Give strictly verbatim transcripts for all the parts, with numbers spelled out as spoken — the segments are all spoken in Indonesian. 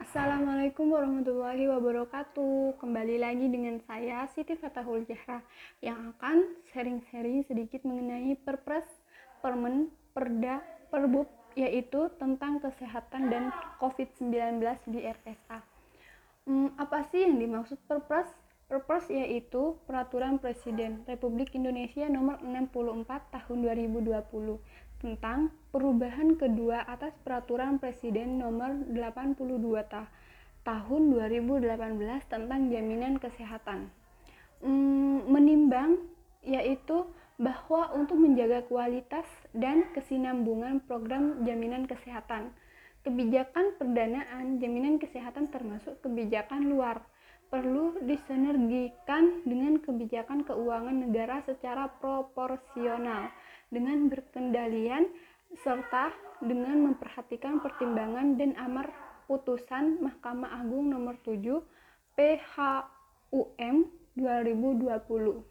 Assalamualaikum warahmatullahi wabarakatuh. Kembali lagi dengan saya Siti Fatahul Jahra yang akan sharing-sharing sedikit mengenai Perpres, Permen, Perda, Perbub, yaitu tentang kesehatan dan covid sembilan belas di R S A. Hmm, apa sih yang dimaksud Perpres? Perpres yaitu Peraturan Presiden Republik Indonesia Nomor enam puluh empat Tahun dua ribu dua puluh tentang perubahan kedua atas Peraturan Presiden Nomor delapan puluh dua Tahun dua ribu delapan belas tentang jaminan kesehatan. Hmm, menimbang yaitu bahwa untuk menjaga kualitas dan kesinambungan program jaminan kesehatan, kebijakan perdanaan jaminan kesehatan termasuk kebijakan luar perlu disinergikan dengan kebijakan keuangan negara secara proporsional dengan berkendalian serta dengan memperhatikan pertimbangan dan amar putusan Mahkamah Agung Nomor tujuh P H U M dua ribu dua puluh.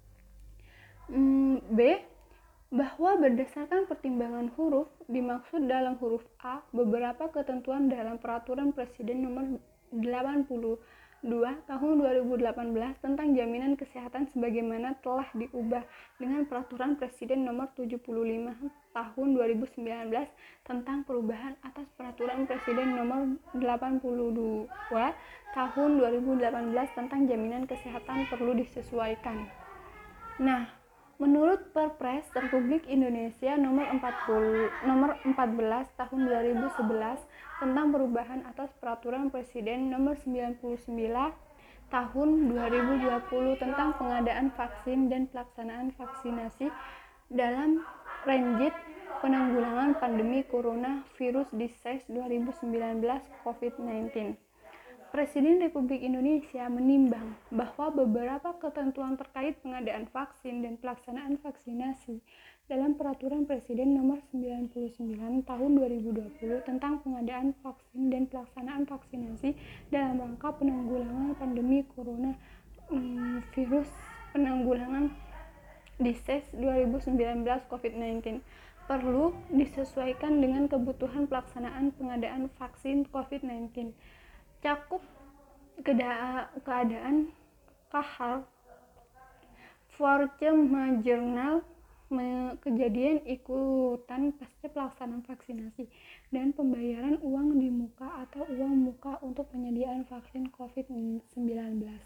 Hmm, B. Bahwa berdasarkan pertimbangan huruf dimaksud dalam huruf A beberapa ketentuan dalam Peraturan Presiden Nomor delapan puluh dua Tahun dua ribu delapan belas tentang jaminan kesehatan sebagaimana telah diubah dengan Peraturan Presiden Nomor tujuh puluh lima Tahun dua ribu sembilan belas tentang perubahan atas Peraturan Presiden Nomor delapan puluh dua Tahun dua ribu delapan belas tentang jaminan kesehatan perlu disesuaikan. Nah, menurut Perpres Republik Indonesia Nomor empat puluh Nomor empat belas Tahun dua ribu sebelas tentang perubahan atas Peraturan Presiden Nomor sembilan puluh sembilan Tahun dua ribu dua puluh tentang pengadaan vaksin dan pelaksanaan vaksinasi dalam rangit penanggulangan pandemi Coronavirus Disease dua ribu sembilan belas covid sembilan belas. Presiden Republik Indonesia menimbang bahwa beberapa ketentuan terkait pengadaan vaksin dan pelaksanaan vaksinasi dalam Peraturan Presiden Nomor sembilan puluh sembilan Tahun dua ribu dua puluh tentang pengadaan vaksin dan pelaksanaan vaksinasi dalam rangka penanggulangan pandemi Coronavirus penanggulangan Disease dua ribu sembilan belas covid sembilan belas perlu disesuaikan dengan kebutuhan pelaksanaan pengadaan vaksin covid sembilan belas. Cakup keadaan kahar force majeure kejadian ikutan pasca pelaksanaan vaksinasi dan pembayaran uang di muka atau uang muka untuk penyediaan vaksin covid sembilan belas.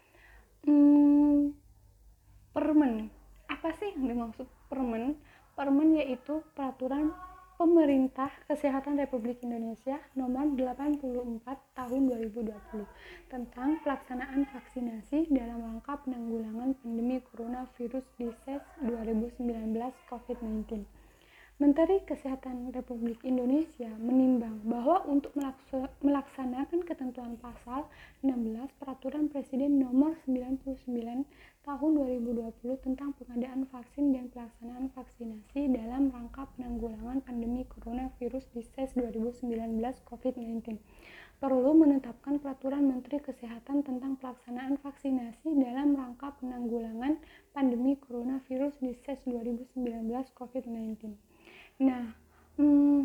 Hmm, permen. Apa sih yang dimaksud permen? Permen yaitu peraturan Pemerintah Kesehatan Republik Indonesia Nomor delapan puluh empat Tahun dua ribu dua puluh tentang pelaksanaan vaksinasi dalam rangka penanggulangan pandemi Coronavirus Disease dua ribu sembilan belas covid sembilan belas. Menteri Kesehatan Republik Indonesia menimbang bahwa untuk melaksanakan ketentuan pasal enam belas Peraturan Presiden Nomor sembilan puluh sembilan Tahun dua ribu dua puluh tentang pengadaan vaksin dan pelaksanaan vaksinasi dalam rangka penanggulangan pandemi Coronavirus Disease dua ribu sembilan belas covid sembilan belas perlu menetapkan Peraturan Menteri Kesehatan tentang pelaksanaan vaksinasi dalam rangka penanggulangan pandemi Coronavirus Disease dua ribu sembilan belas covid sembilan belas. Nah, hmm,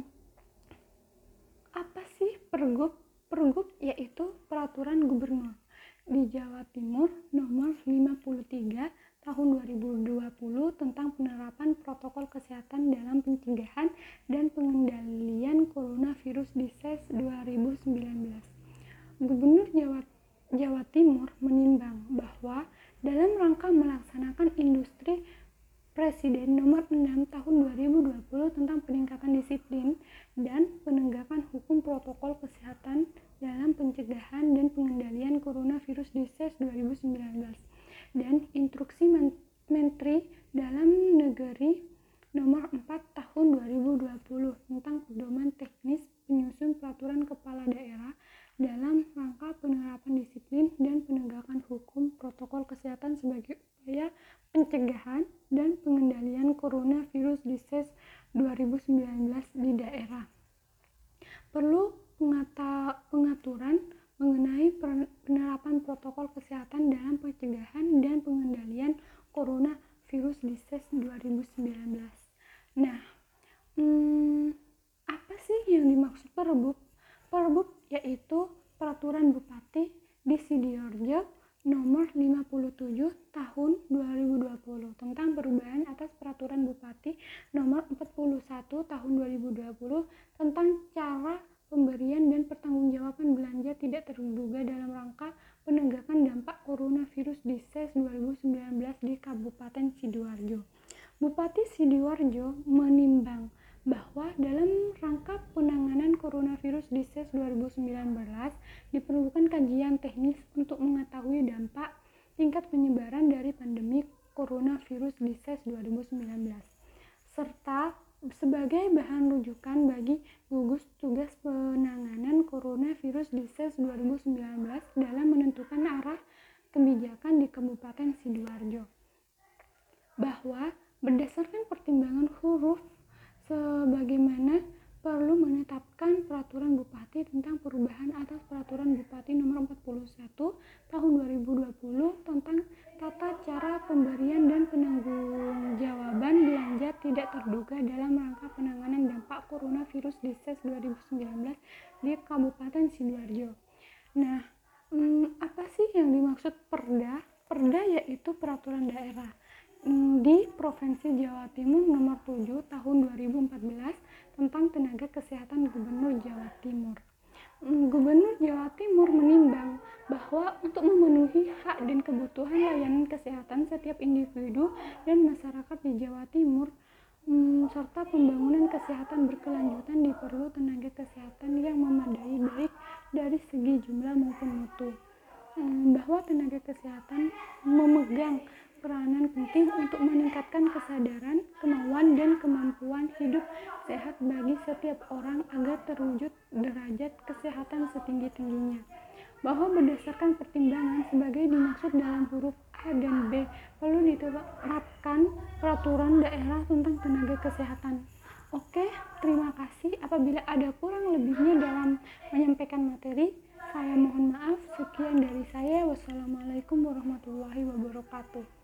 apa sih Pergub? Pergub yaitu Peraturan Gubernur di Jawa Timur Nomor lima puluh tiga Tahun dua ribu dua puluh tentang penerapan protokol kesehatan dalam pencegahan dan pengendalian Coronavirus Disease dua ribu sembilan belas. Gubernur Jawa, Jawa Timur menimbang bahwa dalam rangka melaksanakan industri Presiden Nomor enam Tahun dua ribu dua puluh tentang peningkatan disiplin dan penegakan hukum protokol kesehatan dalam pencegahan dan pengendalian Coronavirus Disease dua ribu sembilan belas dan Instruksi Menteri Dalam Negeri Nomor empat Tahun dua ribu dua puluh tentang pedoman teknis penyusun peraturan kepala daerah dalam rangka penerapan disiplin dan penegakan hukum protokol kesehatan sebagai upaya pencegahan dan pengendalian Coronavirus Disease dua ribu sembilan belas di daerah. Perlu pengata, pengaturan mengenai penerapan protokol kesehatan dalam pencegahan dan pengendalian Coronavirus Disease dua ribu sembilan belas. Nah, hmm, apa sih yang dimaksud Perbub? Perbub yaitu Peraturan Bupati di Sidoarjo nomor lima puluh tujuh tahun dua ribu dua puluh tentang perubahan atas Peraturan Bupati nomor empat puluh satu tahun dua ribu dua puluh tentang cara pemberian dan pertanggungjawaban belanja tidak terduga dalam rangka penegakan dampak coronavirus disease dua ribu sembilan belas di Kabupaten Sidoarjo. Bupati Sidoarjo menimbang bahwa dalam rangka penanganan coronavirus disease dua ribu sembilan belas diperlukan kajian teknis untuk mengetahui dampak tingkat penyebaran dari pandemi coronavirus disease dua ribu sembilan belas serta sebagai bahan rujukan bagi gugus tugas penanganan coronavirus disease dua ribu sembilan belas dalam menentukan arah kebijakan di Kabupaten Sidoarjo. Bahwa berdasarkan pertimbangan huruf sebagaimana perlu menetapkan Peraturan Bupati tentang perubahan atas Peraturan Bupati nomor empat puluh satu tahun dua ribu dua puluh tentang tata cara pemberian dan penangguhjawaban belanja tidak terduga dalam rangka penanganan dampak coronavirus disease dua ribu sembilan belas di Kabupaten Sidoarjo. Nah, hmm, apa sih yang dimaksud Perda? Perda yaitu peraturan daerah di Provinsi Jawa Timur nomor tujuh tahun dua ribu empat belas tentang tenaga kesehatan Gubernur Jawa Timur. Gubernur Jawa Timur menimbang bahwa untuk memenuhi hak dan kebutuhan layanan kesehatan setiap individu dan masyarakat di Jawa Timur hmm, serta pembangunan kesehatan berkelanjutan diperlu tenaga kesehatan yang memadai baik dari segi jumlah maupun mutu. Hmm, bahwa tenaga kesehatan memegang peranan penting untuk meningkatkan kesadaran, kemauan, dan kemampuan hidup sehat bagi setiap orang agar terwujud derajat kesehatan setinggi-tingginya. Bahwa berdasarkan pertimbangan sebagai dimaksud dalam huruf A dan B, perlu diterapkan peraturan daerah tentang tenaga kesehatan. Oke, terima kasih. Apabila ada kurang lebihnya dalam menyampaikan materi, saya mohon maaf. Sekian dari saya. Wassalamualaikum warahmatullahi wabarakatuh.